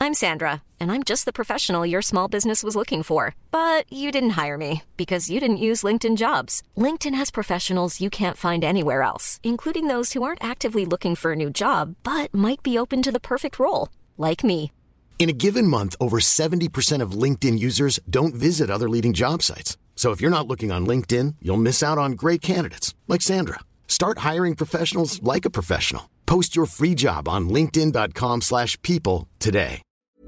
I'm Sandra, and I'm just the professional your small business was looking for. But you didn't hire me because you didn't use LinkedIn Jobs. LinkedIn has professionals you can't find anywhere else, including those who aren't actively looking for a new job, but might be open to the perfect role, like me. In a given month, over 70% of LinkedIn users don't visit other leading job sites. So if you're not looking on LinkedIn, you'll miss out on great candidates like Sandra. Start hiring professionals like a professional. Post your free job on linkedin.com/people today.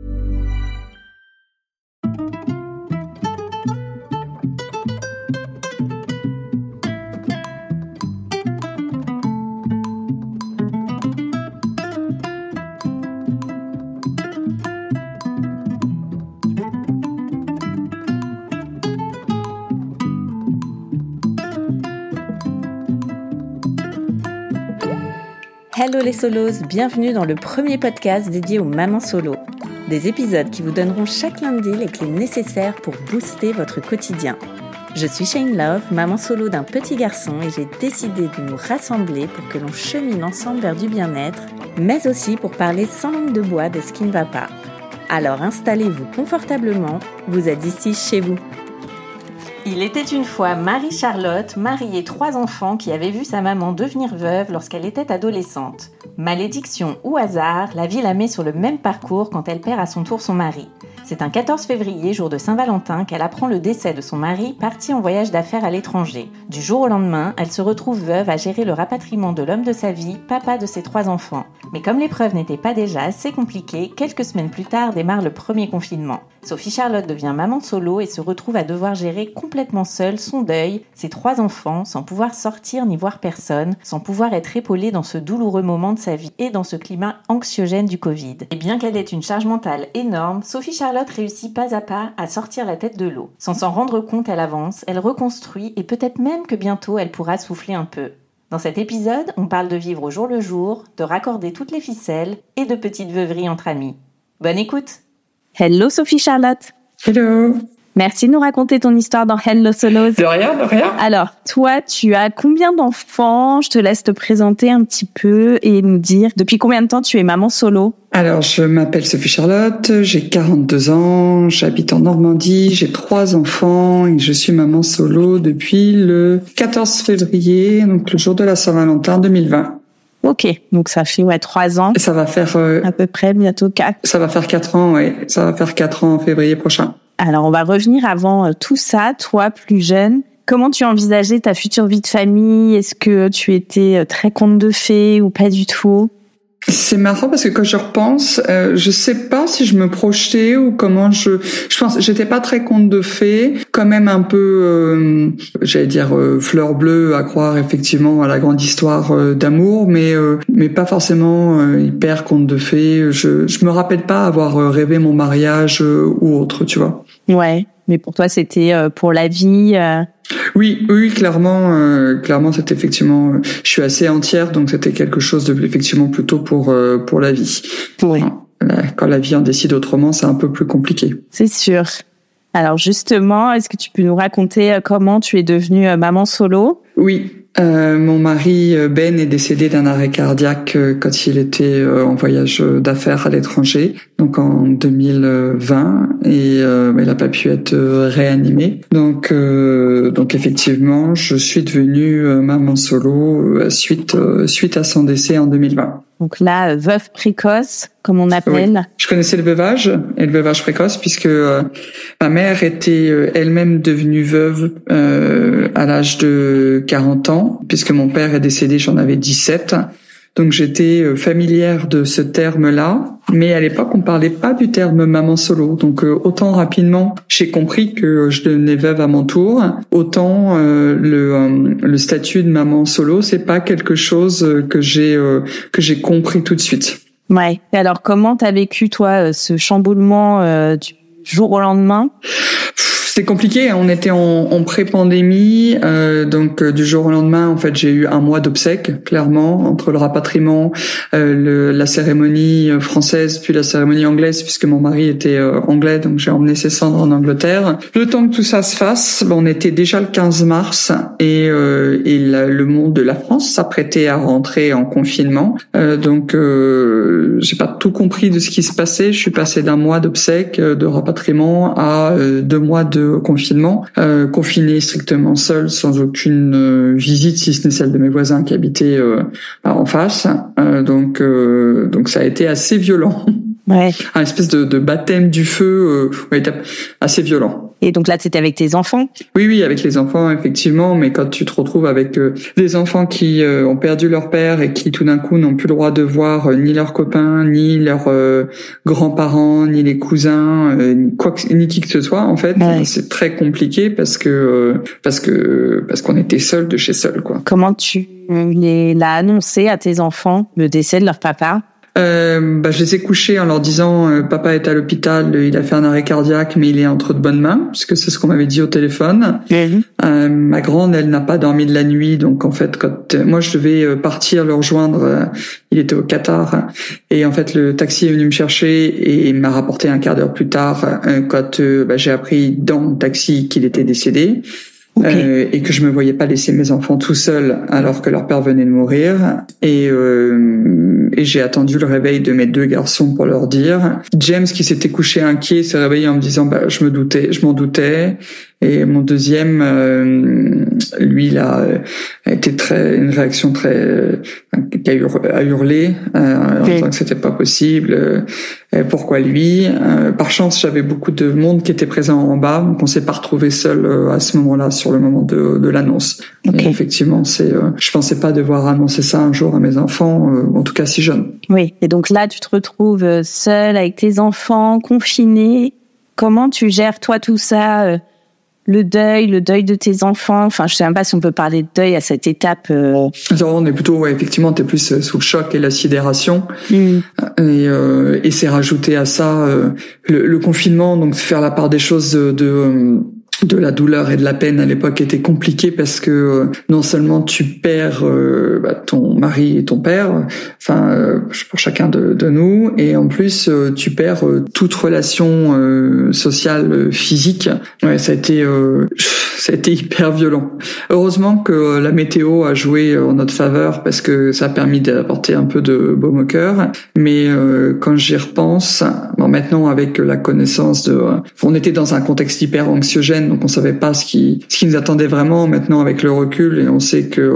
Hello les solos, bienvenue dans le premier podcast dédié aux mamans solo. Des épisodes qui vous donneront chaque lundi les clés nécessaires pour booster votre quotidien. Je suis Shane Love, maman solo d'un petit garçon et j'ai décidé de nous rassembler pour que l'on chemine ensemble vers du bien-être, mais aussi pour parler sans langue de bois de ce qui ne va pas. Alors installez-vous confortablement, vous êtes ici chez vous. Il était une fois Marie-Charlotte, mariée 3 enfants, qui avait vu sa maman devenir veuve lorsqu'elle était adolescente. Malédiction ou hasard, la vie la met sur le même parcours quand elle perd à son tour son mari. C'est un 14 février, jour de Saint-Valentin, qu'elle apprend le décès de son mari, parti en voyage d'affaires à l'étranger. Du jour au lendemain, elle se retrouve veuve à gérer le rapatriement de l'homme de sa vie, papa de ses 3 enfants. Mais comme l'épreuve n'était pas déjà assez compliquée, quelques semaines plus tard démarre le premier confinement. Sophie Charlotte devient maman solo et se retrouve à devoir gérer complètement seule son deuil, ses 3 enfants, sans pouvoir sortir ni voir personne, sans pouvoir être épaulée dans ce douloureux moment de sa vie et dans ce climat anxiogène du Covid. Et bien qu'elle ait une charge mentale énorme, Sophie Charlotte réussit pas à pas à sortir la tête de l'eau. Sans s'en rendre compte, elle avance, elle reconstruit et peut-être même que bientôt elle pourra souffler un peu. Dans cet épisode, on parle de vivre au jour le jour, de raccorder toutes les ficelles et de petites veuveries entre amis. Bonne écoute! Hello Sophie Charlotte! Hello! Merci de nous raconter ton histoire dans Hello Solos. De rien, de rien. Alors, toi, tu as combien d'enfants? Je te laisse te présenter un petit peu et nous dire depuis combien de temps tu es maman solo? Alors, je m'appelle Sophie Charlotte, j'ai 42 ans, j'habite en Normandie, j'ai 3 enfants et je suis maman solo depuis le 14 février, donc le jour de la Saint-Valentin 2020. Ok, donc ça fait 3 ans. Et ça va faire à peu près bientôt 4. Ça va faire 4 ans, ouais. Ça va faire 4 ans en février prochain. Alors, on va revenir avant tout ça, toi, plus jeune. Comment tu envisageais ta future vie de famille? Est-ce que tu étais très conte de fées ou pas du tout? C'est marrant parce que quand je repense, je sais pas si je me projetais ou comment je pense, j'étais pas très conte de fées, quand même un peu, j'allais dire fleur bleue à croire effectivement à la grande histoire d'amour, mais pas forcément hyper conte de fées. Je me rappelle pas avoir rêvé mon mariage ou autre, tu vois. Ouais, mais pour toi c'était pour la vie. Oui, clairement, c'était effectivement. Je suis assez entière, donc c'était quelque chose de effectivement plutôt pour la vie. Oui. Quand la vie en décide autrement, c'est un peu plus compliqué. C'est sûr. Alors justement, est-ce que tu peux nous raconter comment tu es devenue maman solo? Oui. Mon mari Ben est décédé d'un arrêt cardiaque quand il était en voyage d'affaires à l'étranger, donc en 2020, et il n'a pas pu être réanimé. Donc effectivement, je suis devenue maman solo suite à son décès en 2020. Donc là, veuve précoce, comme on appelle. Oui. Je connaissais le veuvage et le veuvage précoce puisque ma mère était elle-même devenue veuve à l'âge de 40 ans, puisque mon père est décédé, j'en avais 17. Donc j'étais familière de ce terme-là, mais à l'époque on parlait pas du terme maman solo. Donc autant rapidement j'ai compris que je devenais veuve à mon tour, autant le statut de maman solo c'est pas quelque chose que j'ai compris tout de suite. Ouais. Et alors comment t'as vécu toi ce chamboulement du jour au lendemain? C'était compliqué. On était en pré-pandémie, donc du jour au lendemain, en fait, j'ai eu un mois d'obsèques, clairement, entre le rapatriement, la cérémonie française, puis la cérémonie anglaise, puisque mon mari était anglais, donc j'ai emmené ses cendres en Angleterre. Le temps que tout ça se fasse, on était déjà le 15 mars et le monde de la France s'apprêtait à rentrer en confinement. Donc j'ai pas tout compris de ce qui se passait. Je suis passée d'un mois d'obsèques, de rapatriement à 2 mois de confinement, confiné strictement seul, sans aucune visite, si ce n'est celle de mes voisins qui habitaient en face. Donc ça a été assez violent. Ouais. Un espèce de baptême du feu, assez violent. Et donc là, c'était avec tes enfants? Oui, avec les enfants, effectivement. Mais quand tu te retrouves avec des enfants qui ont perdu leur père et qui tout d'un coup n'ont plus le droit de voir ni leurs copains, ni leurs grands-parents, ni les cousins, ni qui que ce soit, en fait, c'est très compliqué parce qu'on était seuls de chez seuls, quoi. Comment tu l'as annoncé à tes enfants, le décès de leur papa? Je les ai couchés en leur disant papa est à l'hôpital, il a fait un arrêt cardiaque, mais il est entre de bonnes mains, puisque c'est ce qu'on m'avait dit au téléphone. Ma grande, elle n'a pas dormi de la nuit, donc en fait, quand moi je devais partir le rejoindre, il était au Qatar, et en fait le taxi est venu me chercher et il m'a rapporté un quart d'heure plus tard quand j'ai appris dans le taxi qu'il était décédé. Okay. Et que je me voyais pas laisser mes enfants tout seuls alors que leur père venait de mourir, et j'ai attendu le réveil de mes 2 garçons pour leur dire. James, qui s'était couché inquiet, s'est réveillé en me disant je m'en doutais. Et mon deuxième, lui, il a été une réaction très, qui a hurlé, en disant que c'était pas possible. Pourquoi lui? Par chance, j'avais beaucoup de monde qui était présent en bas, donc on s'est pas retrouvés seuls à ce moment-là, sur le moment de l'annonce. Okay. Et effectivement, je pensais pas devoir annoncer ça un jour à mes enfants, en tout cas si jeunes. Oui. Et donc là, tu te retrouves seul avec tes enfants, confiné. Comment tu gères toi tout ça? Le deuil de tes enfants. Enfin, je sais même pas si on peut parler de deuil à cette étape. Alors, on est plutôt, effectivement, t'es plus sous le choc et la sidération. Et c'est rajouté à ça le confinement, donc faire la part des choses de la douleur et de la peine à l'époque était compliqué parce que non seulement tu perds ton mari et ton père, pour chacun de nous, et en plus tu perds toute relation sociale, physique. Ouais, ça a été hyper violent. Heureusement que la météo a joué en notre faveur parce que ça a permis d'apporter un peu de baume au cœur. Mais quand j'y repense, maintenant avec la connaissance on était dans un contexte hyper anxiogène, donc on savait pas ce qui nous attendait vraiment. Maintenant avec le recul, et on sait que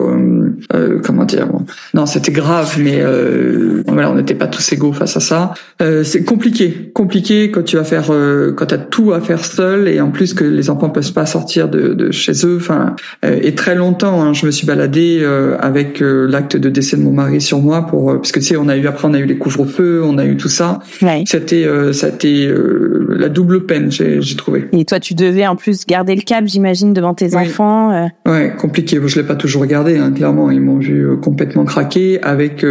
non, c'était grave, mais on n'était pas tous égaux face à ça. C'est compliqué quand tu vas quand t'as tout à faire seul, et en plus que les enfants peuvent pas sortir de chez eux. Et très longtemps, je me suis baladée avec l'acte de décès de mon mari sur moi parce que tu sais, on a eu les couvre-feux, on a eu tout ça. Ouais. Ça a été la double peine, j'ai trouvé. Et toi, tu devais en plus garder le cap, j'imagine, devant tes enfants. Ouais, compliqué. Je l'ai pas toujours gardé, clairement. Ils m'ont vu complètement craquer avec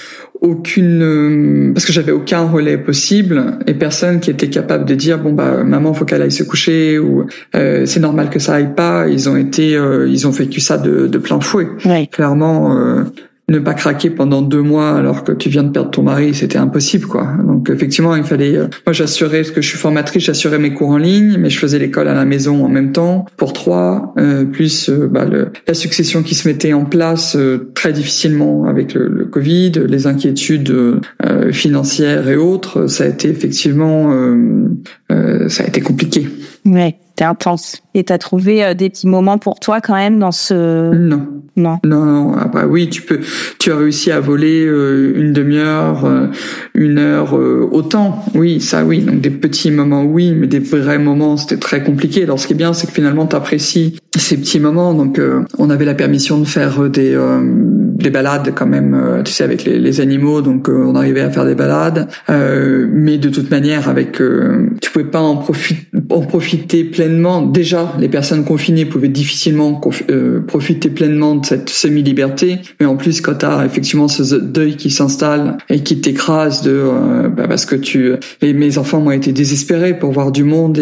parce que j'avais aucun relais possible et personne qui était capable de dire maman, faut qu'elle aille se coucher, ou c'est normal que ça aille pas. Ils ont vécu ça de plein fouet. Ouais. Clairement, ne pas craquer pendant 2 mois alors que tu viens de perdre ton mari, c'était impossible, quoi. Donc effectivement, il fallait. Moi, j'assurais, parce que je suis formatrice, j'assurais mes cours en ligne, mais je faisais l'école à la maison en même temps pour 3, plus la succession qui se mettait en place très difficilement avec le Covid, les inquiétudes financières et autres. Ça a été effectivement, ça a été compliqué. Ouais, c'était intense. Et t'as trouvé des petits moments pour toi quand même dans ce... Non. Après, oui, tu as réussi à voler une demi-heure, 1 heure, autant. Oui, ça, oui. Donc des petits moments, oui, mais des vrais moments, c'était très compliqué. Alors, ce qui est bien, c'est que finalement, t'apprécies ces petits moments. Donc, on avait la permission de faire des balades quand même, tu sais, avec les animaux. Donc, on arrivait à faire des balades. Mais de toute manière, tu pouvais pas en profiter pleinement. Déjà, les personnes confinées pouvaient difficilement profiter pleinement de cette semi-liberté, mais en plus, quand t'as effectivement ce deuil qui s'installe et qui t'écrase parce que mes enfants ont été désespérés pour voir du monde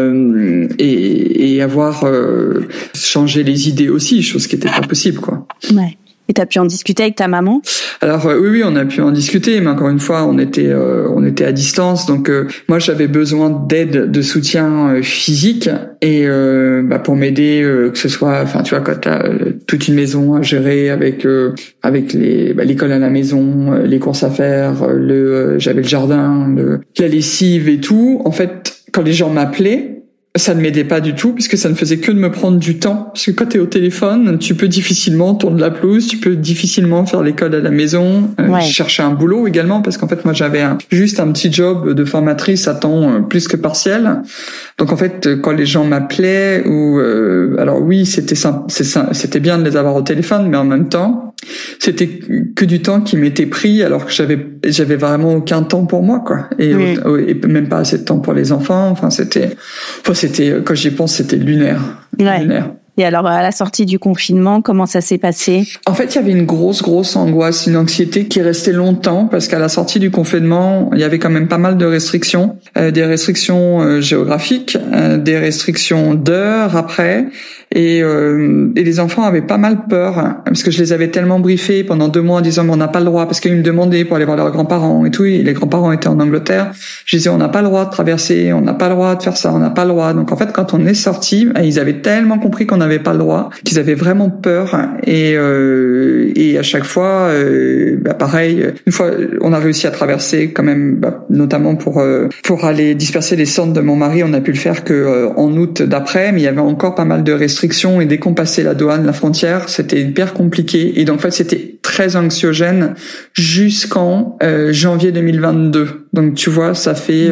et avoir changé les idées aussi, chose qui était pas possible, quoi. Ouais. Et t'as pu en discuter avec ta maman? Alors oui, on a pu en discuter, mais encore une fois, on était à distance, donc moi j'avais besoin d'aide, de soutien physique et pour m'aider, que ce soit, enfin tu vois, quand t'as toute une maison à gérer avec l'école à la maison, les courses à faire, j'avais le jardin, la lessive et tout. En fait, quand les gens m'appelaient, ça ne m'aidait pas du tout puisque ça ne faisait que de me prendre du temps. Parce que quand t'es au téléphone, tu peux difficilement tourner la pelouse, tu peux difficilement faire l'école à la maison, chercher un boulot également parce qu'en fait moi j'avais juste un petit job de formatrice à temps plus que partiel. Donc en fait quand les gens m'appelaient alors oui c'était bien de les avoir au téléphone, mais en même temps c'était que du temps qui m'était pris alors que j'avais vraiment aucun temps pour moi, quoi. Et même pas assez de temps pour les enfants. Enfin c'était quand j'y pense, c'était lunaire. Ouais. Lunaire. Et alors, à la sortie du confinement, comment ça s'est passé? En fait, il y avait une grosse angoisse, une anxiété qui restait longtemps parce qu'à la sortie du confinement, il y avait quand même pas mal de restrictions, des restrictions géographiques, des restrictions d'heures après. Et les enfants avaient pas mal peur parce que je les avais tellement briefés pendant 2 mois en disant on n'a pas le droit, parce qu'ils me demandaient pour aller voir leurs grands-parents et tout, et les grands-parents étaient en Angleterre. Je disais on n'a pas le droit de traverser, on n'a pas le droit de faire ça, on n'a pas le droit. Donc en fait quand on est sorti, ils avaient tellement compris qu'on n'avait pas le droit qu'ils avaient vraiment peur et à chaque fois pareil, une fois on a réussi à traverser quand même, notamment pour aller disperser les cendres de mon mari, on a pu le faire que en août d'après, mais il y avait encore pas mal de restrictions et dès qu'on passait la douane, la frontière, c'était hyper compliqué et donc en fait c'était très anxiogène jusqu'en janvier 2022. Donc tu vois, ça fait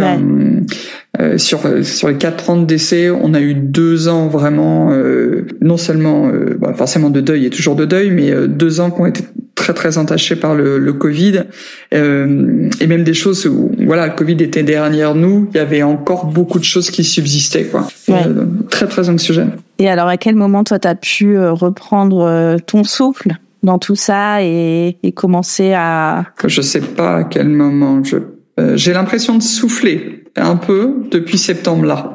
sur les 4 ans de décès, on a eu 2 ans vraiment non seulement forcément de deuil et toujours de deuil, mais 2 ans qui ont été très très entachés par le Covid et même des choses où le Covid était derrière nous, il y avait encore beaucoup de choses qui subsistaient, quoi. Très très anxiogène. Et alors à quel moment toi t'as pu reprendre ton souffle dans tout ça et commencer à... Je sais pas à quel moment. J'ai l'impression de souffler un peu depuis septembre là,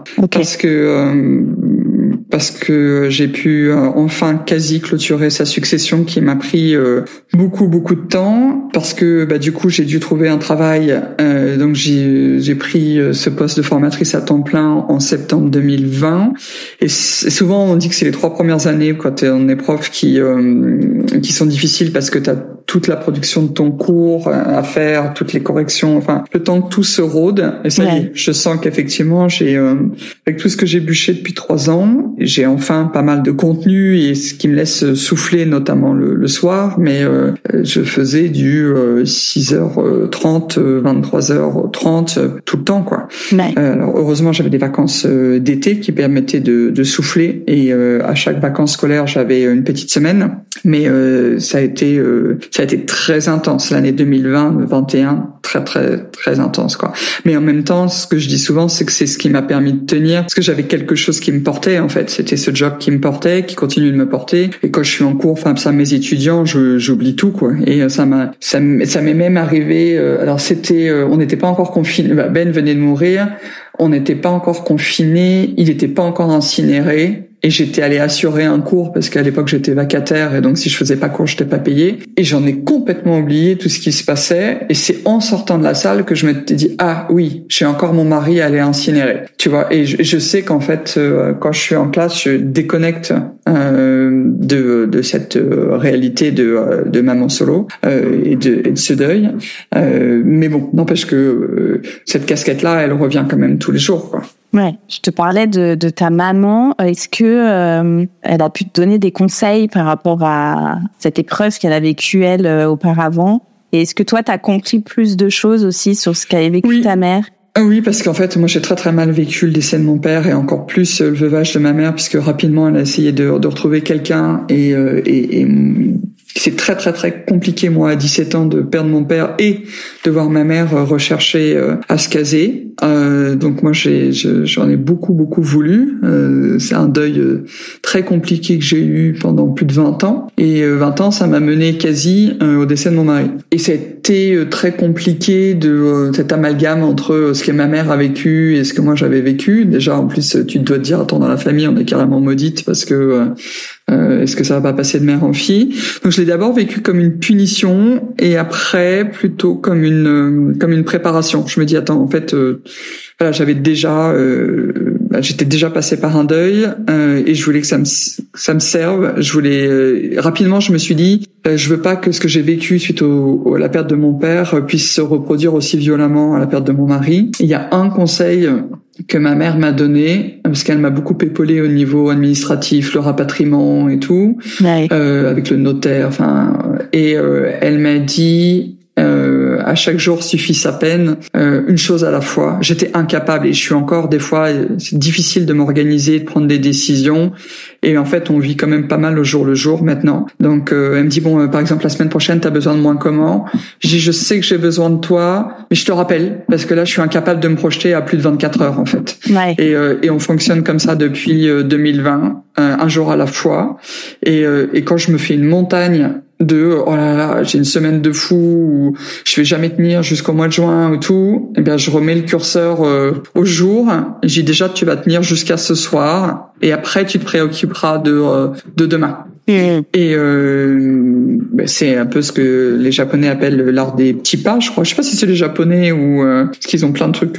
parce que j'ai pu enfin quasi clôturer sa succession qui m'a pris beaucoup de temps, parce que du coup j'ai dû trouver un travail, donc j'ai pris ce poste de formatrice à temps plein en septembre 2020 et souvent on dit que c'est les 3 premières années quand on est prof qui sont difficiles parce que t'as toute la production de ton cours à faire, toutes les corrections, enfin le temps que tout se rôde. Et ça y est, je sens qu'effectivement j'ai avec tout ce que j'ai bûché depuis 3 ans, j'ai enfin pas mal de contenu et ce qui me laisse souffler notamment le soir, mais je faisais du 6h30, 23h30 tout le temps, quoi. Alors heureusement j'avais des vacances d'été qui permettaient de souffler et à chaque vacances scolaires j'avais une petite semaine, mais ça a été très intense l'année 2020-21, très très très intense, quoi. Mais en même temps, ce que je dis souvent, c'est que c'est ce qui mm'a permis de tenir, parce que j'avais quelque chose qui me portait, en fait. C'était ce job qui me portait, qui continue de me porter. Et quand je suis en cours, enfin ça, mes étudiants, j'oublie tout, quoi. Et ça m'est même arrivé. Alors c'était, on n'était pas encore confinés. Ben venait de mourir. On n'était pas encore confinés. Il n'était pas encore incinéré. Et j'étais allé assurer un cours parce qu'à l'époque j'étais vacataire et donc si je faisais pas cours j'étais pas payé, et j'en ai complètement oublié tout ce qui se passait, et c'est en sortant de la salle que je m'étais dit ah oui, j'ai encore mon mari à aller incinérer, tu vois. Et je sais qu'en fait quand je suis en classe je déconnecte de cette réalité de maman solo et de ce deuil, mais bon, n'empêche que cette casquette là elle revient quand même tous les jours, quoi. Ouais, je te parlais de ta maman. Est-ce que elle a pu te donner des conseils par rapport à cette épreuve qu'elle a vécue elle auparavant? Et est-ce que toi t'as compris plus de choses aussi sur ce qu'avait vécu ta mère? Oui, parce qu'en fait, moi, j'ai très très mal vécu le décès de mon père et encore plus le veuvage de ma mère, puisque rapidement, elle a essayé de retrouver quelqu'un et C'est très très très compliqué, moi, à 17 ans, de perdre mon père et de voir ma mère rechercher à se caser. Donc moi, j'en ai beaucoup voulu. C'est un deuil très compliqué que j'ai eu pendant plus de 20 ans. Et 20 ans, ça m'a mené quasi au décès de mon mari. Et c'était très compliqué de cet amalgame entre ce que ma mère a vécu et ce que moi j'avais vécu. Déjà, en plus, tu dois te dire, attends, dans la famille, on est carrément maudite parce que est-ce que ça va pas passer de mère en fille? Donc je l'ai d'abord vécu comme une punition et après plutôt comme une préparation. Je me dis attends, en fait voilà, j'avais déjà j'étais déjà passé par un deuil et je voulais que ça me serve. Je voulais rapidement, je me suis dit je veux pas que ce que j'ai vécu suite à la perte de mon père puisse se reproduire aussi violemment à la perte de mon mari. Il y a un conseil que ma mère m'a donné, parce qu'elle m'a beaucoup épaulé au niveau administratif, le rapatriement et tout, ouais. Avec le notaire, elle m'a dit à chaque jour suffit sa peine, une chose à la fois. J'étais incapable et je suis encore des fois, c'est difficile de m'organiser, de prendre des décisions. Et en fait, on vit quand même pas mal au jour le jour maintenant. Donc, elle me dit bon, par exemple, la semaine prochaine, t'as besoin de moi comment? Je dis je sais que j'ai besoin de toi, mais je te rappelle parce que là, je suis incapable de me projeter à plus de 24 heures en fait. Ouais. Et on fonctionne comme ça depuis 2020, un jour à la fois. Et quand je me fais une montagne de oh là là, j'ai une semaine de fou où je vais jamais tenir jusqu'au mois de juin ou tout, et bien je remets le curseur au jour. J'ai déjà tu vas tenir jusqu'à ce soir et après tu te préoccuperas de demain. Et c'est un peu ce que les Japonais appellent l'art des petits pas, je crois. Je sais pas si c'est les Japonais ou parce qu'ils ont plein de trucs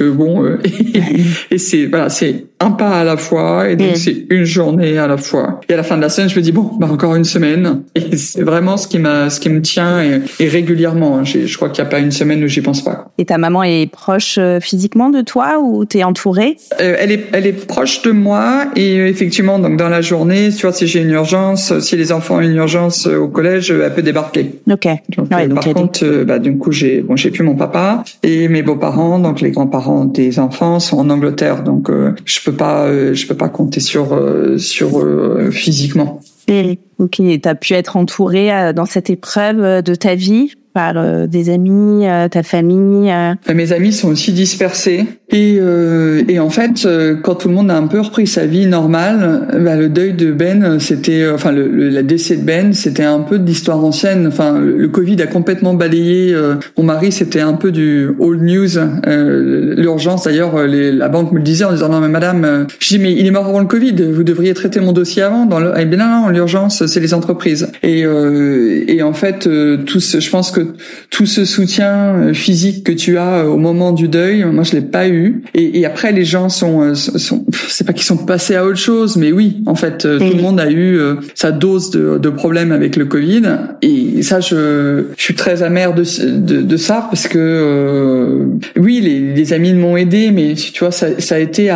et c'est voilà, c'est un pas à la fois et donc c'est une journée à la fois. Et à la fin de la semaine, je me dis bon, encore une semaine. Et c'est vraiment ce qui me tient et régulièrement. Je crois qu'il y a pas une semaine où j'y pense pas. Et ta maman est proche physiquement de toi ou t'es entourée? Elle est proche de moi et effectivement donc dans la journée, tu vois, si j'ai une urgence, si les enfants ont une urgence au collège, elle peut débarquer. Ok. Donc, par contre, du coup, j'ai plus mon papa et mes beaux-parents, donc les grands-parents des enfants sont en Angleterre, donc je peux pas compter sur physiquement. Ok, t'as pu être entourée dans cette épreuve de ta vie par des amis, ta famille. Mes amis sont aussi dispersés et en fait quand tout le monde a un peu repris sa vie normale, le deuil de Ben c'était le décès de Ben c'était un peu de l'histoire ancienne. Le Covid a complètement balayé mon mari, c'était un peu du old news. L'urgence d'ailleurs, la banque me le disait en disant non mais madame, je dis mais il est mort avant le Covid, vous devriez traiter mon dossier avant. Eh bien non, l'urgence c'est les entreprises et en fait je pense que tout ce soutien physique que tu as au moment du deuil, moi je l'ai pas eu. Et après les gens sont c'est pas qu'ils sont passés à autre chose, mais oui, en fait tout le monde a eu sa dose de problèmes avec le Covid. Et ça, je suis très amère de ça parce que oui, les amis m'ont aidé, mais tu vois, ça a été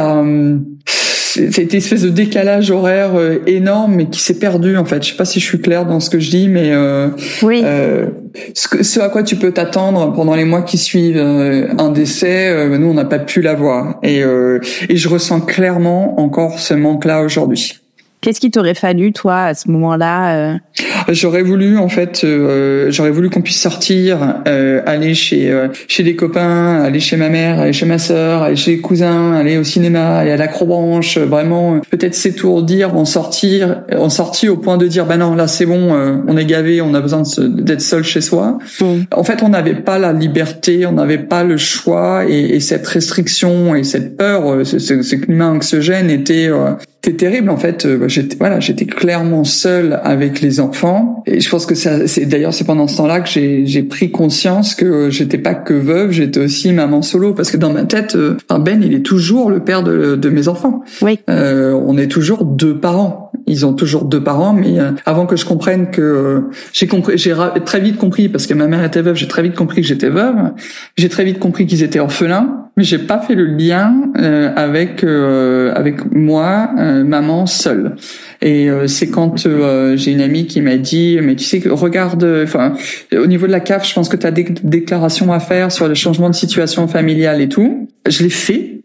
cette espèce de décalage horaire énorme mais qui s'est perdu en fait. Je sais pas si je suis claire dans ce que je dis, mais oui. Ce à quoi tu peux t'attendre pendant les mois qui suivent un décès, nous on n'a pas pu l'avoir et je ressens clairement encore ce manque-là aujourd'hui. Qu'est-ce qu'il t'aurait fallu, toi, à ce moment-là J'aurais voulu, en fait, qu'on puisse sortir, aller chez des copains, aller chez ma mère, aller chez ma sœur, aller chez les cousins, aller au cinéma, aller à l'acrobranche, vraiment, peut-être s'étourdir, en sortir au point de dire, non, là, c'est bon, on est gavé, on a besoin d'être seul chez soi. En fait, on n'avait pas la liberté, on n'avait pas le choix, et cette restriction et cette peur, ce climat anxiogène était terrible en fait. J'étais clairement seule avec les enfants et je pense que c'est pendant ce temps-là que j'ai pris conscience que j'étais pas que veuve, j'étais aussi maman solo parce que dans ma tête Ben il est toujours le père de mes enfants. Oui. On est toujours deux parents. Ils ont toujours deux parents, mais avant que je comprenne que j'ai très vite compris parce que ma mère était veuve, j'ai très vite compris que j'étais veuve. J'ai très vite compris qu'ils étaient orphelins, mais j'ai pas fait le lien avec moi, maman seule. Et c'est quand j'ai une amie qui m'a dit mais tu sais que regarde, au niveau de la CAF, je pense que tu as des déclarations à faire sur le changement de situation familiale et tout. Je l'ai fait,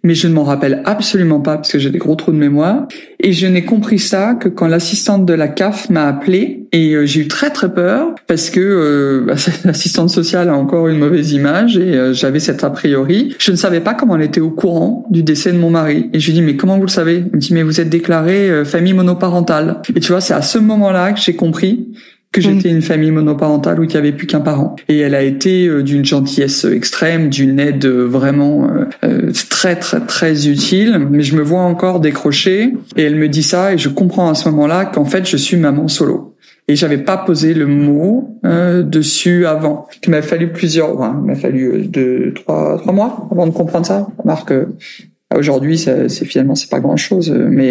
mais je ne m'en rappelle absolument pas parce que j'ai des gros trous de mémoire. Et je n'ai compris ça que quand l'assistante de la CAF m'a appelée, et j'ai eu très très peur parce que l'assistante sociale a encore une mauvaise image et j'avais cet a priori. Je ne savais pas comment elle était au courant du décès de mon mari. Et je lui dis, mais comment vous le savez? Elle me dit, mais vous êtes déclarée famille monoparentale. Et tu vois, c'est à ce moment-là que j'ai compris que j'étais une famille monoparentale où il n'y avait plus qu'un parent. Et elle a été d'une gentillesse extrême, d'une aide vraiment très très très utile. Mais je me vois encore décrocher et elle me dit ça et je comprends à ce moment-là qu'en fait je suis maman solo. Et j'avais pas posé le mot dessus avant. Il m'a fallu il m'a fallu 3 mois avant de comprendre ça. Remarque aujourd'hui, c'est pas grand chose, mais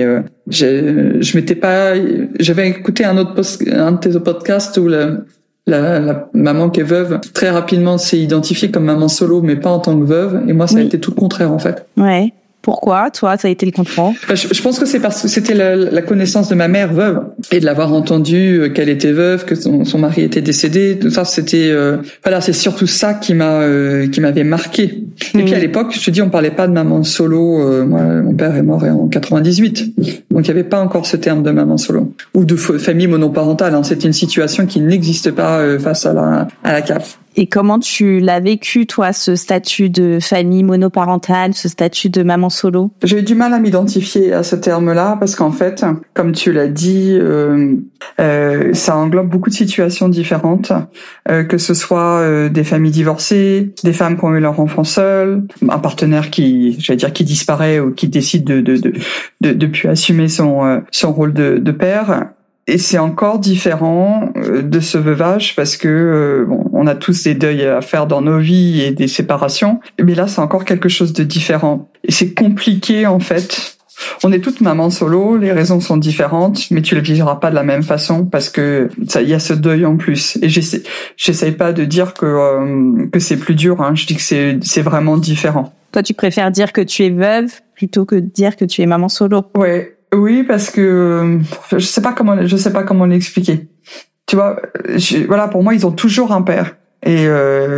j'avais écouté un de tes podcasts où la maman qui est veuve très rapidement s'est identifiée comme maman solo, mais pas en tant que veuve. Et moi, ça a été tout le contraire en fait. Ouais. Pourquoi, toi, ça a été le contraire? Je pense que c'est parce que c'était la connaissance de ma mère veuve et de l'avoir entendu qu'elle était veuve, que son mari était décédé. Tout ça, c'était c'est surtout ça qui m'avait marqué. Et puis à l'époque, je te dis, on parlait pas de maman solo. Moi, mon père est mort en 98, donc il y avait pas encore ce terme de maman solo ou de famille monoparentale. C'était une situation qui n'existe pas face à la CAF. Et comment tu l'as vécu, toi, ce statut de famille monoparentale, ce statut de maman solo? J'ai eu du mal à m'identifier à ce terme-là parce qu'en fait, comme tu l'as dit, ça englobe beaucoup de situations différentes, que ce soit des familles divorcées, des femmes qui ont eu leur enfant seul, un partenaire qui disparaît ou qui décide de plus assumer son rôle de père. Et c'est encore différent de ce veuvage parce que on a tous des deuils à faire dans nos vies et des séparations. Mais là, c'est encore quelque chose de différent. Et c'est compliqué en fait. On est toutes mamans solo, les raisons sont différentes, mais tu les vivras pas de la même façon parce que il y a ce deuil en plus. Et j'essaye pas de dire que c'est plus dur. Je dis que c'est vraiment différent. Toi, tu préfères dire que tu es veuve plutôt que de dire que tu es maman solo. Ouais. Oui, parce que je sais pas comment l'expliquer. Tu vois, pour moi, ils ont toujours un père. Et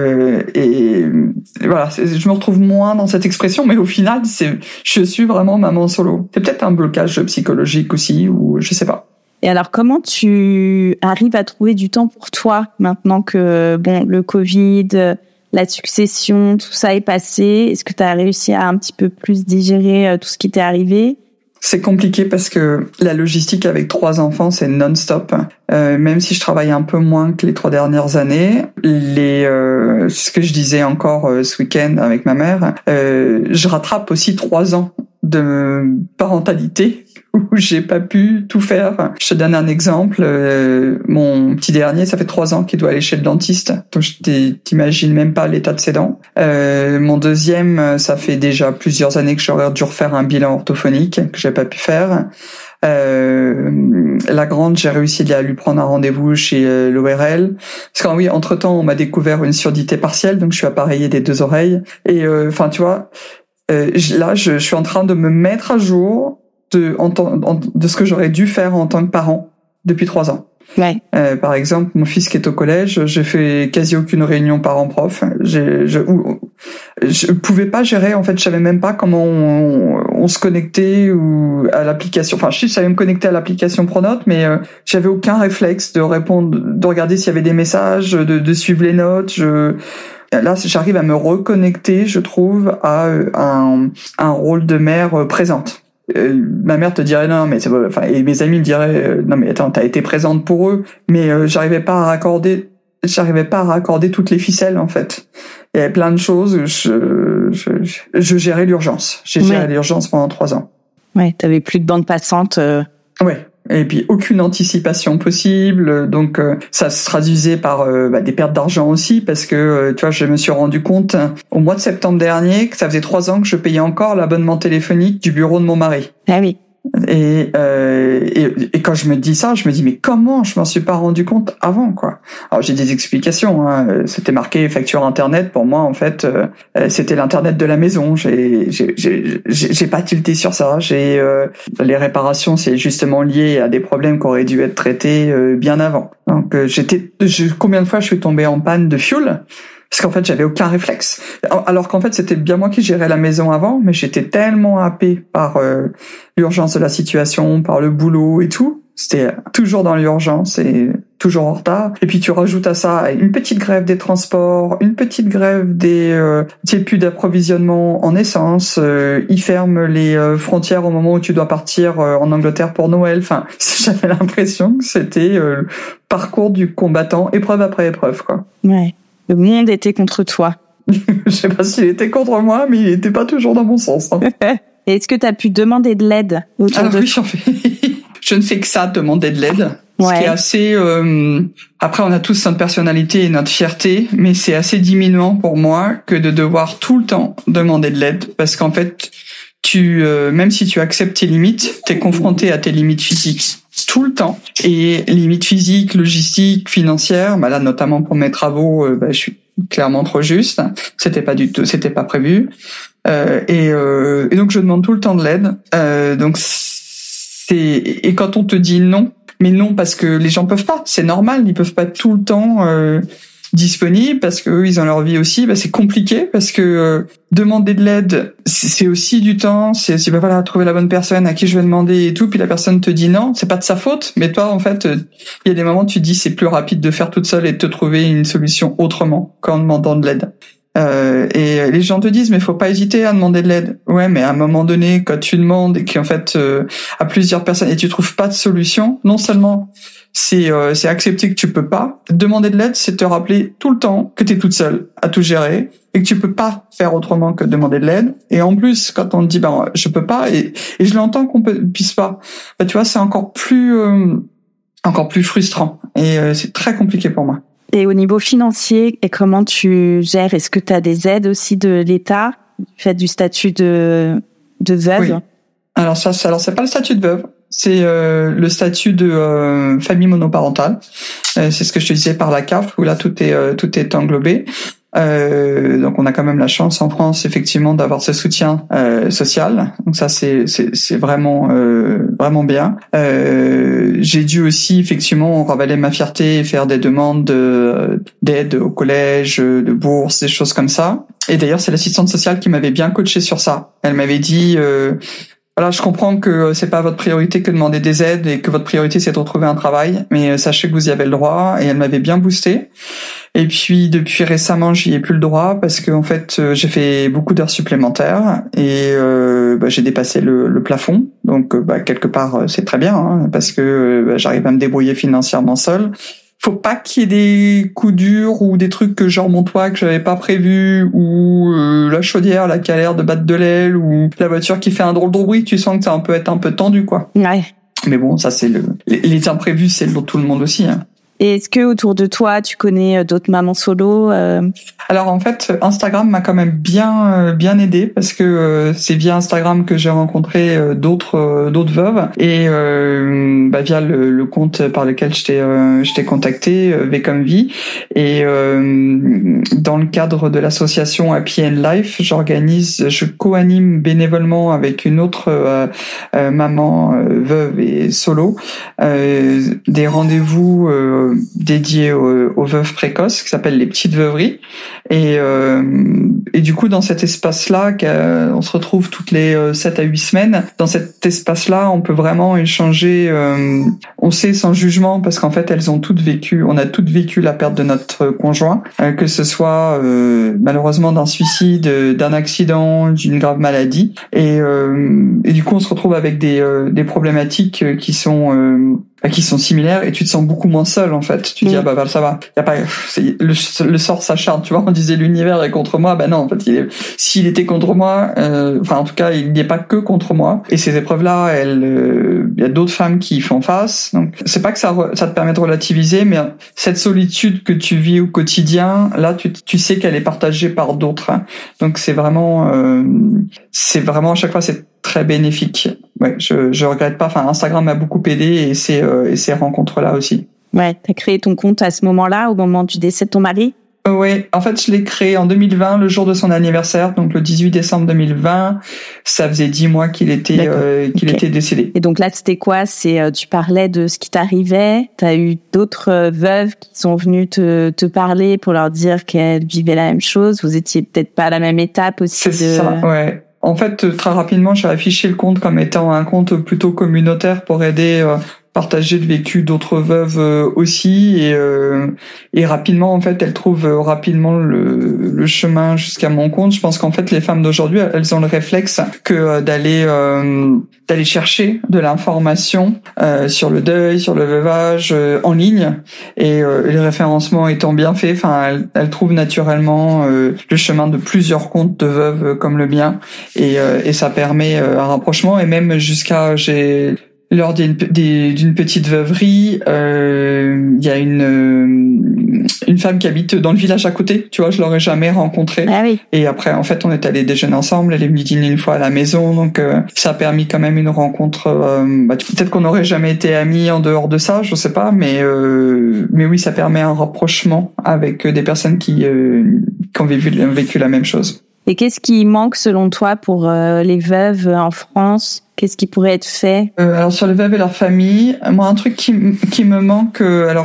voilà, je me retrouve moins dans cette expression, mais au final, je suis vraiment maman solo. C'est peut-être un blocage psychologique aussi, ou je sais pas. Et alors, comment tu arrives à trouver du temps pour toi maintenant que le Covid, la succession, tout ça est passé? Est-ce que tu as réussi à un petit peu plus digérer tout ce qui t'est arrivé? C'est compliqué parce que la logistique avec 3 enfants, c'est non-stop. Même si je travaille un peu moins que les 3 dernières années, ce que je disais encore ce week-end avec ma mère, je rattrape aussi 3 ans de parentalité où j'ai pas pu tout faire. Je te donne un exemple. Mon petit dernier, ça fait 3 ans qu'il doit aller chez le dentiste. Donc t'imagines même pas l'état de ses dents. Mon deuxième, ça fait déjà plusieurs années que j'aurais dû refaire un bilan orthophonique que j'ai pas pu faire. La grande, j'ai réussi à lui prendre un rendez-vous chez l'ORL. Parce que entre-temps, on m'a découvert une surdité partielle, donc je suis appareillée des 2 oreilles. Et tu vois, là, je suis en train de me mettre à jour de ce que j'aurais dû faire en tant que parent depuis 3 ans. Ouais. Par exemple, mon fils qui est au collège, j'ai fait quasi aucune réunion parents-prof. Je pouvais pas gérer, en fait, je savais même pas comment on se connectait ou à l'application. Enfin, je savais me connecter à l'application Pronote, mais j'avais aucun réflexe de répondre, de regarder s'il y avait des messages, de suivre les notes. Là, j'arrive à me reconnecter, je trouve, à un rôle de mère présente. Ma mère te dirait non, mais et mes amis me diraient non mais attends, t'as été présente pour eux, mais j'arrivais pas à raccorder toutes les ficelles en fait. Il y avait plein de choses. Je gérais l'urgence. J'ai géré l'urgence pendant 3 ans. Ouais, t'avais plus de bande passante. Ouais. Et puis aucune anticipation possible, donc ça se traduisait par des pertes d'argent aussi, parce que tu vois, je me suis rendu compte au mois de septembre dernier que ça faisait 3 ans que je payais encore l'abonnement téléphonique du bureau de mon mari. Ah oui. Et quand je me dis ça, je me dis mais comment je m'en suis pas rendu compte avant quoi. Alors j'ai des explications. C'était marqué facture internet. Pour moi en fait, c'était l'internet de la maison. J'ai pas tilté sur ça. Les réparations, c'est justement lié à des problèmes qui auraient dû être traités bien avant. Donc combien de fois je suis tombé en panne de fuel Parce qu'en fait, j'avais aucun réflexe. Alors qu'en fait, c'était bien moi qui gérais la maison avant, mais j'étais tellement happée par l'urgence de la situation, par le boulot et tout. C'était toujours dans l'urgence et toujours en retard. Et puis tu rajoutes à ça une petite grève des transports, une petite grève des plus d'approvisionnement en essence. Ils ferment les frontières au moment où tu dois partir en Angleterre pour Noël. Enfin, j'avais l'impression que c'était le parcours du combattant, épreuve après épreuve, quoi. Ouais. Le monde était contre toi. Je sais pas s'il était contre moi, mais il était pas toujours dans mon sens. Hein. Et est-ce que tu as pu demander de l'aide autour de toi? Oui, j'en fais. Je ne fais que ça, demander de l'aide. Ouais. Ce qui est assez... Après, on a tous notre personnalité et notre fierté, mais c'est assez diminuant pour moi que de devoir tout le temps demander de l'aide. Parce qu'en fait, même si tu acceptes tes limites, t'es confronté à tes limites physiques tout le temps. Et limites physiques, logistiques, financières, là, notamment pour mes travaux, je suis clairement trop juste. C'était pas prévu. Et donc, je demande tout le temps de l'aide. Et quand on te dit non, mais non parce que les gens peuvent pas, c'est normal, ils peuvent pas être tout le temps disponibles parce que eux ils ont leur vie aussi, c'est compliqué parce que demander de l'aide, c'est aussi du temps, c'est voilà, trouver la bonne personne à qui je vais demander et tout, puis la personne te dit non, c'est pas de sa faute, mais toi en fait, il y a des moments où tu te dis c'est plus rapide de faire toute seule et de te trouver une solution autrement qu'en demandant de l'aide. Et les gens te disent mais faut pas hésiter à demander de l'aide. Ouais, mais à un moment donné, quand tu demandes et qu'en fait à plusieurs personnes et tu trouves pas de solution, non seulement c'est accepter que tu peux pas. Demander de l'aide, c'est te rappeler tout le temps que t'es toute seule à tout gérer et que tu peux pas faire autrement que demander de l'aide. Et en plus, quand on te dit je peux pas et je l'entends qu'on puisse pas, tu vois, c'est encore plus frustrant et c'est très compliqué pour moi. Et au niveau financier, et comment tu gères? Est-ce que tu as des aides aussi de l'État, du fait du statut de veuve? Oui. Alors c'est pas le statut de veuve, c'est le statut de famille monoparentale. C'est ce que je te disais par la CAF où là tout est englobé. Donc on a quand même la chance en France effectivement d'avoir ce soutien social. Donc ça c'est vraiment bien. J'ai dû aussi effectivement ravaler ma fierté et faire des demandes d'aide au collège, de bourse, des choses comme ça. Et d'ailleurs c'est l'assistante sociale qui m'avait bien coaché sur ça. Elle m'avait dit voilà, je comprends que c'est pas votre priorité que de demander des aides et que votre priorité c'est de retrouver un travail, mais sachez que vous y avez le droit. Et elle m'avait bien boosté. Et puis depuis récemment, j'y ai plus le droit parce que en fait, j'ai fait beaucoup d'heures supplémentaires et j'ai dépassé le plafond. Donc quelque part, c'est très bien parce que j'arrive à me débrouiller financièrement seule. Faut pas qu'il y ait des coups durs ou des trucs que genre mon toit que j'avais pas prévu ou la chaudière là qui a l'air de battre de l'aile ou la voiture qui fait un drôle de bruit, tu sens que ça peut être un peu tendu quoi. Ouais. Mais bon, ça c'est les imprévus, c'est le lot de tout le monde aussi. Et est-ce que autour de toi, tu connais d'autres mamans solo Alors en fait, Instagram m'a quand même bien aidé parce que c'est via Instagram que j'ai rencontré d'autres veuves et via le compte par lequel je t'ai contacté, V comme vie, et dans le cadre de l'association Happy and Life, je co-anime bénévolement avec une autre maman veuve et solo des rendez-vous dédié aux veuves précoces qui s'appelle les petites veuveries et du coup dans cet espace-là on se retrouve toutes les 7 à 8 semaines. Dans cet espace-là, on peut vraiment échanger, on sait sans jugement parce qu'en fait on a toutes vécu la perte de notre conjoint, que ce soit malheureusement d'un suicide, d'un accident, d'une grave maladie et du coup on se retrouve avec des problématiques qui sont similaires et tu te sens beaucoup moins seul en fait. Tu dis ça va, y a pas le sort s'acharne, tu vois, on disait l'univers est contre moi, non en fait s'il était contre moi, en tout cas il n'y est pas que contre moi et ces épreuves là il y a d'autres femmes qui y font face, donc c'est pas que ça te permet de relativiser, mais cette solitude que tu vis au quotidien là tu sais qu'elle est partagée par d'autres, donc c'est vraiment à chaque fois c'est très bénéfique. Ouais, je regrette pas. Instagram m'a beaucoup aidé et ces rencontres-là aussi. Ouais, t'as créé ton compte à ce moment-là, au moment du décès de ton mari? Oui, en fait, je l'ai créé en 2020, le jour de son anniversaire, donc le 18 décembre 2020. Ça faisait 10 mois qu'il était était décédé. Et donc là, c'était quoi? Tu parlais de ce qui t'arrivait. T'as eu d'autres veuves qui sont venues te parler pour leur dire qu'elles vivaient la même chose. Vous étiez peut-être pas à la même étape aussi. C'est ça, ouais. En fait, très rapidement, j'ai affiché le compte comme étant un compte plutôt communautaire pour aider partager le vécu d'autres veuves aussi et rapidement en fait elles trouvent rapidement le chemin jusqu'à mon compte. Je pense qu'en fait les femmes d'aujourd'hui elles ont le réflexe que d'aller chercher de l'information sur le deuil, sur le veuvage en ligne et les référencements étant bien faits, enfin elles trouvent naturellement le chemin de plusieurs comptes de veuves comme le mien et ça permet un rapprochement et même jusqu'à lors d'une petite veuverie, il y a une femme qui habite dans le village à côté, tu vois, je l'aurais jamais rencontrée. Ah oui. Et après, en fait, on est allés déjeuner ensemble, elle est venue dîner une fois à la maison, donc ça a permis quand même une rencontre. Peut-être qu'on n'aurait jamais été amis en dehors de ça, je sais pas, mais oui, ça permet un rapprochement avec des personnes qui ont vécu la même chose. Et qu'est-ce qui manque selon toi pour les veuves en France ? Qu'est-ce qui pourrait être fait? Alors sur les veuves et leurs familles, moi un truc qui me manque,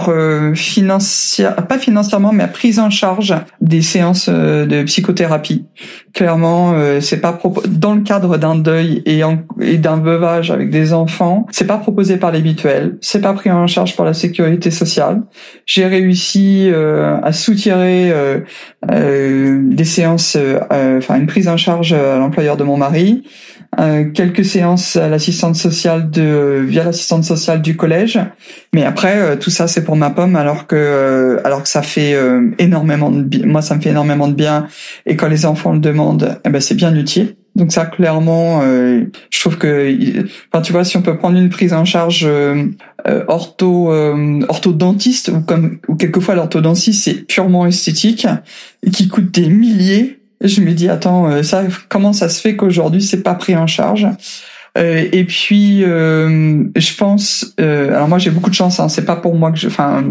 pas financièrement, mais à prise en charge des séances de psychothérapie. Clairement, c'est pas dans le cadre d'un deuil et d'un veuvage avec des enfants, c'est pas proposé par les mutuelles, c'est pas pris en charge par la sécurité sociale. J'ai réussi à soutirer des séances, une prise en charge à l'employeur de mon mari. Quelques séances à l'assistante sociale via l'assistante sociale du collège, mais après tout ça c'est pour ma pomme alors que ça fait énormément de bien. Moi ça me fait énormément de bien et quand les enfants le demandent, c'est bien utile. Donc ça clairement je trouve que tu vois, si on peut prendre une prise en charge orthodontiste ou quelquefois l'orthodontie c'est purement esthétique et qui coûte des milliers. Je me dis attends, comment ça se fait qu'aujourd'hui c'est pas pris en charge? Et puis je pense alors moi j'ai beaucoup de chance, hein, c'est pas pour moi que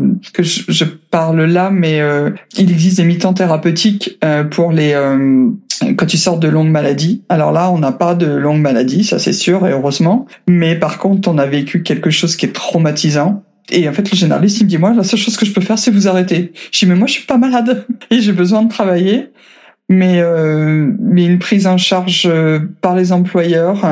je parle là, mais il existe des mi-temps thérapeutiques pour les quand tu sors de longues maladies. Alors là, on n'a pas de longues maladies, ça c'est sûr et heureusement, mais par contre, on a vécu quelque chose qui est traumatisant. Et en fait, le généraliste, il me dit moi, la seule chose que je peux faire, c'est vous arrêter. Je dis mais moi, je suis pas malade et j'ai besoin de travailler. Mais une prise en charge par les employeurs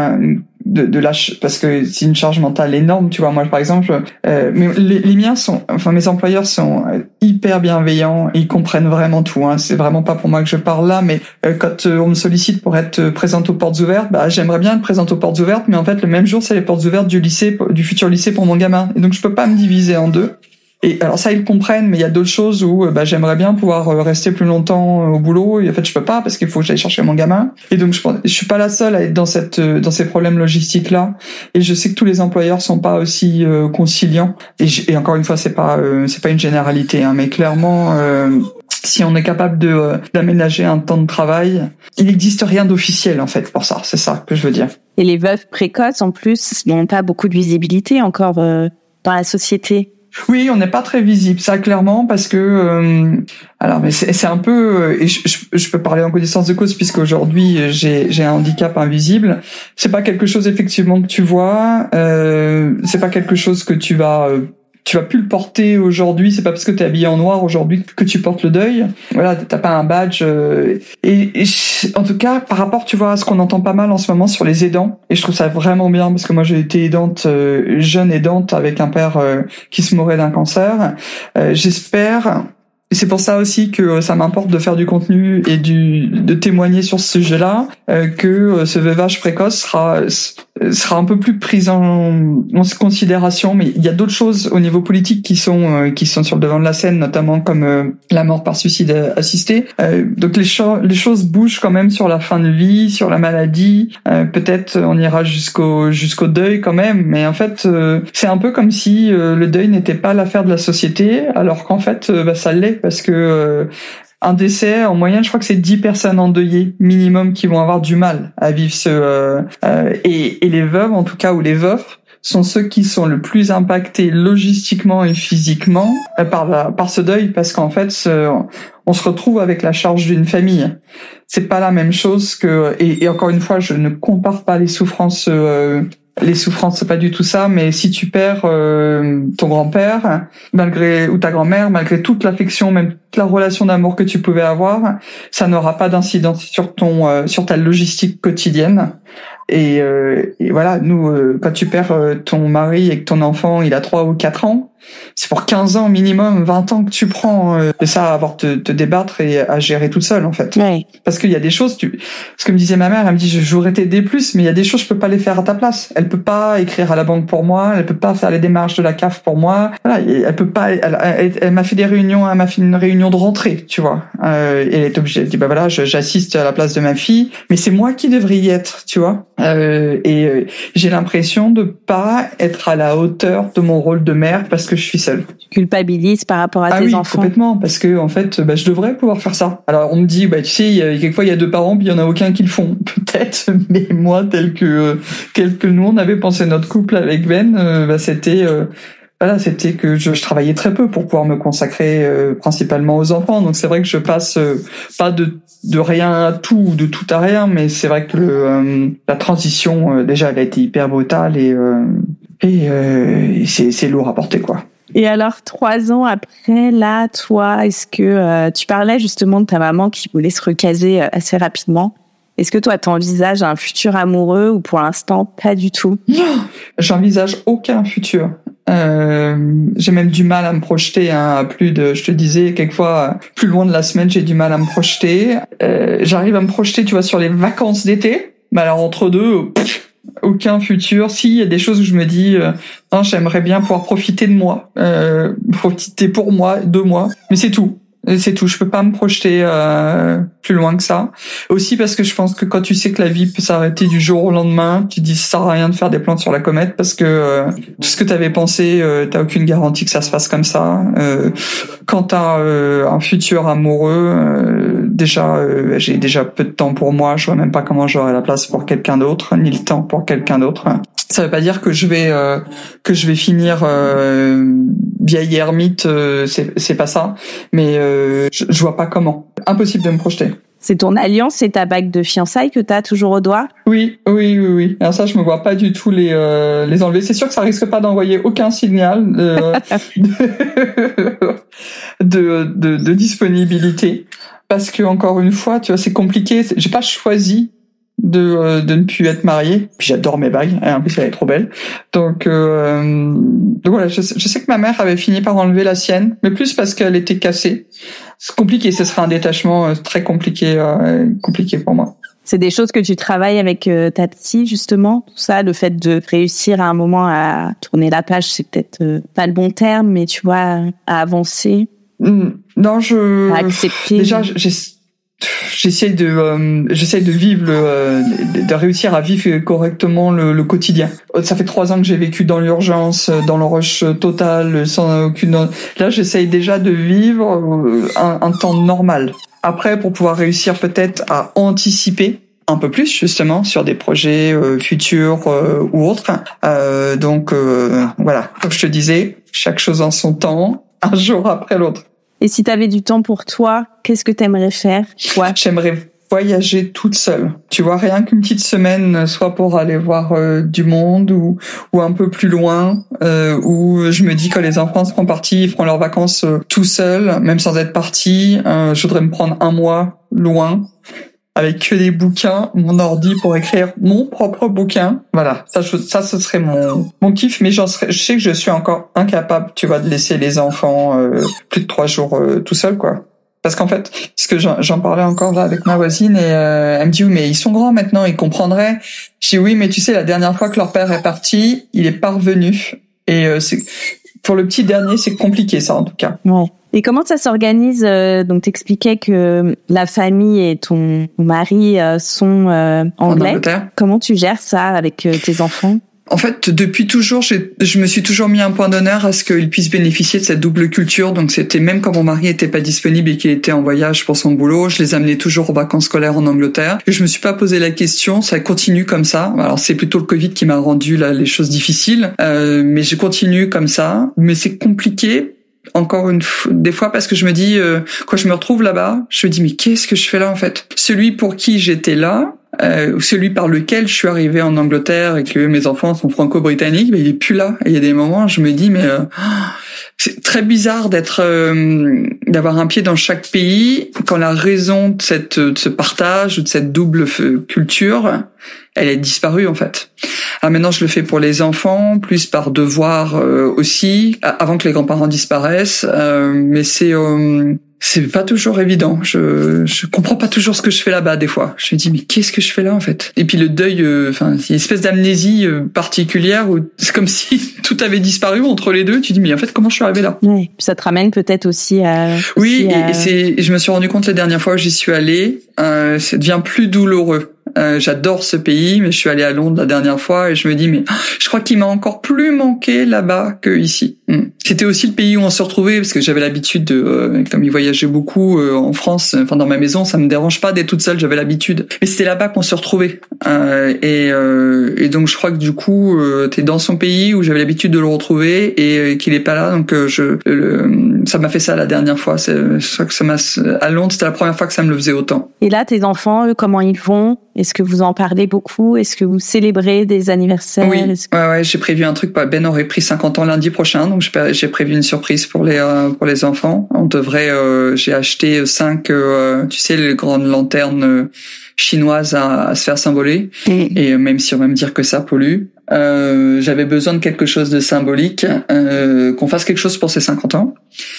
parce que c'est une charge mentale énorme, tu vois. Moi par exemple mais les miens mes employeurs sont hyper bienveillants, ils comprennent vraiment tout, hein. C'est vraiment pas pour moi que je parle là, mais quand on me sollicite pour être présente aux portes ouvertes, j'aimerais bien être présente aux portes ouvertes, mais en fait le même jour c'est les portes ouvertes du futur lycée pour mon gamin, et donc je peux pas me diviser en deux. Et alors ça ils comprennent, mais il y a d'autres choses où j'aimerais bien pouvoir rester plus longtemps au boulot et en fait je peux pas parce qu'il faut que j'aille chercher mon gamin. Et donc je suis pas la seule à être dans ces problèmes logistiques là, et je sais que tous les employeurs sont pas aussi conciliants, et encore une fois c'est pas une généralité, hein, mais clairement si on est capable d'aménager un temps de travail, il n'existe rien d'officiel en fait pour ça, c'est ça que je veux dire. Et les veuves précoces en plus n'ont pas beaucoup de visibilité encore dans la société. Oui, on n'est pas très visible, ça clairement, parce que mais c'est un peu et je peux parler en connaissance de cause puisque aujourd'hui j'ai un handicap invisible. C'est pas quelque chose effectivement que tu vois, c'est pas quelque chose que tu vas plus le porter aujourd'hui, c'est pas parce que t'es habillé en noir aujourd'hui que tu portes le deuil. Voilà, t'as pas un badge. Et en tout cas, par rapport, tu vois, à ce qu'on entend pas mal en ce moment sur les aidants, et je trouve ça vraiment bien parce que moi j'ai été aidante, jeune aidante avec un père qui se mourait d'un cancer. J'espère. Et c'est pour ça aussi que ça m'importe de faire du contenu et de témoigner sur ce sujet-là, que ce veuvage précoce sera un peu plus pris en considération. Mais il y a d'autres choses au niveau politique qui sont sur le devant de la scène, notamment comme la mort par suicide assisté. Donc les choses bougent quand même sur la fin de vie, sur la maladie. Peut-être on ira jusqu'au deuil quand même, mais en fait c'est un peu comme si le deuil n'était pas l'affaire de la société, alors qu'en fait ça l'est. Parce que un décès, en moyenne, je crois que c'est 10 personnes endeuillées minimum qui vont avoir du mal à vivre et les veuves, en tout cas, ou les veufs, sont ceux qui sont le plus impactés logistiquement et physiquement par ce deuil, parce qu'en fait, on se retrouve avec la charge d'une famille. C'est pas la même chose que, et encore une fois, je ne compare pas les souffrances, c'est pas du tout ça, mais si tu perds ton grand-père, ou ta grand-mère, malgré toute l'affection, même toute la relation d'amour que tu pouvais avoir, ça n'aura pas d'incidence sur ta logistique quotidienne. Et voilà, nous, quand tu perds ton mari et que ton enfant, il a 3 ou 4 ans, c'est pour 15 ans minimum, 20 ans que tu prends de ça à avoir te débattre et à gérer toute seule, en fait. Ouais. Parce qu'il y a des choses, ce que me disait ma mère, elle me dit, je voudrais t'aider plus, mais il y a des choses, je peux pas les faire à ta place. Elle peut pas écrire à la banque pour moi, elle peut pas faire les démarches de la CAF pour moi. Voilà, elle peut pas, elle m'a fait des réunions, elle m'a fait une réunion de rentrée, tu vois. Et elle est obligée, elle dit, bah voilà, j'assiste à la place de ma fille, mais c'est moi qui devrais y être, tu vois. J'ai l'impression de pas être à la hauteur de mon rôle de mère parce que je suis seule. Tu culpabilises par rapport à tes enfants. Complètement, parce que en fait, je devrais pouvoir faire ça. Alors on me dit, tu sais, quelquefois il y a 2 parents, puis il y en a aucun qui le font, peut-être. Mais moi, tel que nous on avait pensé notre couple avec Ben, c'était que je travaillais très peu pour pouvoir me consacrer principalement aux enfants. Donc c'est vrai que je passe pas de rien à tout ou de tout à rien, mais c'est vrai que la transition déjà elle a été hyper brutale et c'est lourd à porter, quoi. Et alors 3 ans après, là, toi, est-ce que tu parlais justement de ta maman qui voulait se recaser assez rapidement? Est-ce que toi, t'envisages un futur amoureux ou pour l'instant pas du tout? Non, j'envisage aucun futur. J'ai même du mal à me projeter, hein, je te disais, quelquefois, plus loin de la semaine, j'ai du mal à me projeter. J'arrive à me projeter, tu vois, sur les vacances d'été. Mais alors, entre deux, aucun futur. Si, il y a des choses où je me dis, non, j'aimerais bien pouvoir profiter de moi, profiter pour moi, de moi. Mais c'est tout. C'est tout. Je peux pas me projeter plus loin que ça. Aussi parce que je pense que quand tu sais que la vie peut s'arrêter du jour au lendemain, tu te dis ça sert à rien de faire des plans sur la comète parce que tout ce que t'avais pensé, t'as aucune garantie que ça se passe comme ça. Quand t'as un futur amoureux, j'ai déjà peu de temps pour moi. Je vois même pas comment j'aurai la place pour quelqu'un d'autre, ni le temps pour quelqu'un d'autre. Ça veut pas dire que je vais finir vieille ermite, c'est pas ça, mais je vois pas comment. Impossible de me projeter. C'est ton alliance et ta bague de fiançailles que t'as toujours au doigt? Oui. Alors ça, je me vois pas du tout les enlever. C'est sûr que ça risque pas d'envoyer aucun signal de disponibilité, parce que encore une fois, tu vois, c'est compliqué. J'ai pas choisi de ne plus être mariée. Puis j'adore mes bagues, en plus elle est trop belle. Donc voilà, je sais que ma mère avait fini par enlever la sienne, mais plus parce qu'elle était cassée. C'est compliqué, ce serait un détachement très compliqué pour moi. C'est des choses que tu travailles avec ta psy, justement, tout ça, le fait de réussir à un moment à tourner la page, c'est peut-être pas le bon terme, mais tu vois, à avancer. Non, à accepter. Déjà, j'essaie de vivre de réussir à vivre correctement le quotidien. Ça fait 3 ans que j'ai vécu dans l'urgence, dans le rush total, sans aucune. Là, j'essaye déjà de vivre un temps normal. Après, pour pouvoir réussir peut-être à anticiper un peu plus justement sur des projets futurs ou autres. Donc voilà, comme je te disais, chaque chose en son temps, un jour après l'autre. Et si tu avais du temps pour toi, qu'est-ce que tu aimerais faire, toi? J'aimerais voyager toute seule. Tu vois, rien qu'une petite semaine, soit pour aller voir du monde ou un peu plus loin, où je me dis que les enfants seront partis, ils feront leurs vacances tout seuls, même sans être partis. Je voudrais me prendre 1 mois loin, avec que des bouquins, mon ordi pour écrire mon propre bouquin. Voilà, ça ce serait mon kiff, mais je sais que je suis encore incapable, tu vois, de laisser les enfants plus de 3 jours tout seuls, quoi. Parce qu'en fait, parce que j'en parlais encore là avec ma voisine et elle me dit oui, mais ils sont grands maintenant, ils comprendraient. Je dis oui, mais tu sais, la dernière fois que leur père est parti, il est pas revenu. Et pour le petit dernier, c'est compliqué ça en tout cas. Ouais. Et comment ça s'organise? Donc, t'expliquais que la famille et ton mari sont anglais. En Angleterre. Comment tu gères ça avec tes enfants? En fait, depuis toujours, je me suis toujours mis un point d'honneur à ce qu'il puisse bénéficier de cette double culture. Donc c'était même quand mon mari était pas disponible et qu'il était en voyage pour son boulot, je les amenais toujours aux vacances scolaires en Angleterre. Et je me suis pas posé la question, ça continue comme ça. Alors c'est plutôt le Covid qui m'a rendu là les choses difficiles, mais je continue comme ça. Mais c'est compliqué. Encore des fois parce que je me dis quand je me retrouve là-bas, je me dis mais qu'est-ce que je fais là en fait ? Celui pour qui j'étais là, ou celui par lequel je suis arrivé en Angleterre et que mes enfants sont franco-britanniques, il est plus là. Et il y a des moments où je me dis mais c'est très bizarre d'avoir un pied dans chaque pays quand la raison de ce partage ou de cette double culture, elle est disparue en fait. Alors maintenant je le fais pour les enfants, plus par devoir aussi, avant que les grands-parents disparaissent, mais c'est pas toujours évident. Je comprends pas toujours ce que je fais là-bas des fois. Je me dis mais qu'est-ce que je fais là en fait ? Et puis le deuil, il y a une espèce d'amnésie particulière où c'est comme si tout avait disparu entre les deux. Tu dis mais en fait comment je suis arrivé là ? Oui, puis ça te ramène peut-être aussi à. Et je me suis rendu compte la dernière fois où j'y suis allée, ça devient plus douloureux. J'adore ce pays, mais je suis allée à Londres la dernière fois et je me dis mais je crois qu'il m'a encore plus manqué là-bas que ici. C'était aussi le pays où on se retrouvait parce que j'avais l'habitude comme il voyageait beaucoup en France, dans ma maison, ça me dérange pas d'être toute seule, j'avais l'habitude. Mais c'était là-bas qu'on se retrouvait. Et donc je crois que du coup t'es dans son pays où j'avais l'habitude de le retrouver et qu'il est pas là, donc ça m'a fait ça la dernière fois. Je crois que à Londres, c'était la première fois que ça me le faisait autant. Et là, tes enfants, eux, comment ils vont ? Est-ce que vous en parlez beaucoup ? Est-ce que vous célébrez des anniversaires ? Oui, ouais, j'ai prévu un truc. Ben aurait pris 50 ans lundi prochain, donc j'ai prévu une surprise pour les enfants. On devrait, j'ai acheté 5, les grandes lanternes chinoises à se faire s'envoler. Et même si on va me dire que ça pollue, j'avais besoin de quelque chose de symbolique, qu'on fasse quelque chose pour ses 50 ans.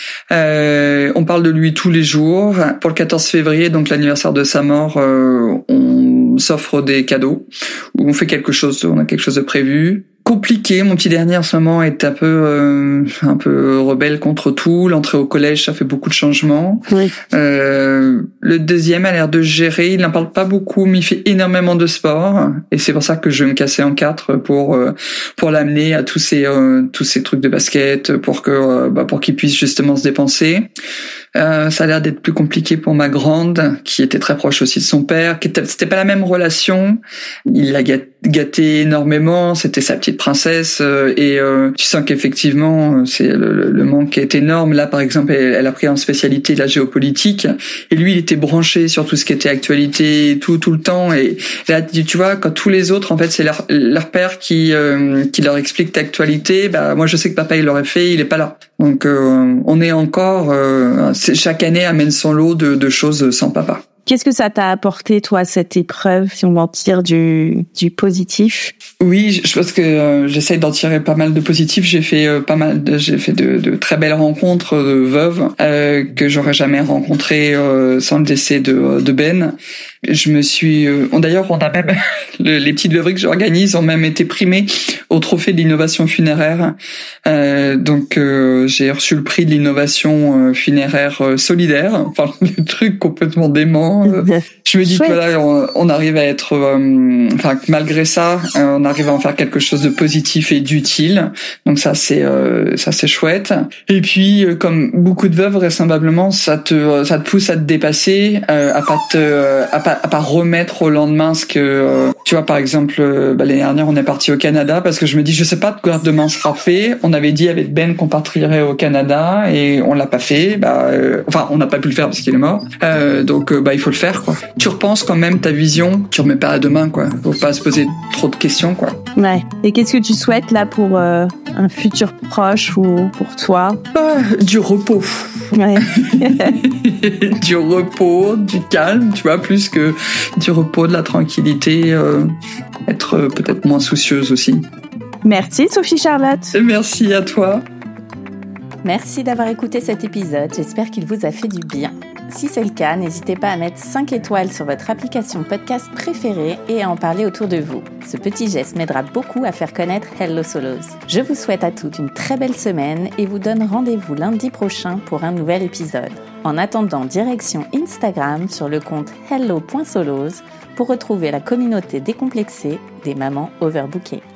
On parle de lui tous les jours. Pour le 14 février, donc l'anniversaire de sa mort, on s'offre des cadeaux, ou on fait quelque chose, on a quelque chose de prévu. Compliqué, mon petit dernier en ce moment est un peu rebelle contre tout. L'entrée au collège, ça fait beaucoup de changements. Oui. Le deuxième a l'air de gérer, il n'en parle pas beaucoup, mais il fait énormément de sport. Et c'est pour ça que je vais me casser en 4 pour l'amener à tous ces trucs de basket, pour qu'il puisse justement se dépenser. Ça a l'air d'être plus compliqué pour ma grande, qui était très proche aussi de son père, c'était pas la même relation. Il l'a gâté énormément, c'était sa petite princesse, et tu sens qu'effectivement c'est le manque est énorme. Là par exemple, elle a pris en spécialité la géopolitique, et lui il était branché sur tout ce qui était actualité tout le temps. Et là tu vois, quand tous les autres en fait c'est leur père qui leur explique l'actualité, moi je sais que papa il l'aurait fait, il est pas là. Donc on est encore chaque année amène son lot de choses sans papa. Qu'est-ce que ça t'a apporté, toi, cette épreuve, si on en tire du positif ? Oui, je pense que j'essaye d'en tirer pas mal de positifs. J'ai fait de très belles rencontres de veuves que j'aurais jamais rencontrées sans le décès de Ben. Je me suis d'ailleurs on a même les petites veuveries que j'organise ont même été primées au trophée de l'innovation funéraire. Donc j'ai reçu le prix de l'innovation funéraire solidaire, enfin le truc complètement dément. Je me dis que voilà, on arrive à être malgré ça, on arrive à en faire quelque chose de positif et d'utile. Donc ça c'est chouette. Et puis comme beaucoup de veuves vraisemblablement, ça te pousse à te dépasser, à pas remettre au lendemain ce que tu vois. Par exemple l'année dernière on est parti au Canada parce que je me dis je sais pas de quoi demain sera fait. On avait dit avec Ben qu'on partirait au Canada et on l'a pas fait. On n'a pas pu le faire parce qu'il est mort. Donc il faut le faire quoi. Tu repenses quand même ta vision, tu remets pas à demain quoi. Faut pas se poser trop de questions quoi. Ouais. Et qu'est-ce que tu souhaites là pour un futur proche ou pour toi ? Du repos. Ouais. Du repos, du calme, tu vois, plus que du repos, de la tranquillité, être peut-être moins soucieuse aussi. Merci Sophie Charlotte. Merci à toi. Merci d'avoir écouté cet épisode, j'espère qu'il vous a fait du bien. Si c'est le cas, n'hésitez pas à mettre 5 étoiles sur votre application podcast préférée et à en parler autour de vous. Ce petit geste m'aidera beaucoup à faire connaître Hello Solos. Je vous souhaite à toutes une très belle semaine et vous donne rendez-vous lundi prochain pour un nouvel épisode. En attendant, direction Instagram sur le compte hello.solos pour retrouver la communauté décomplexée des mamans overbookées.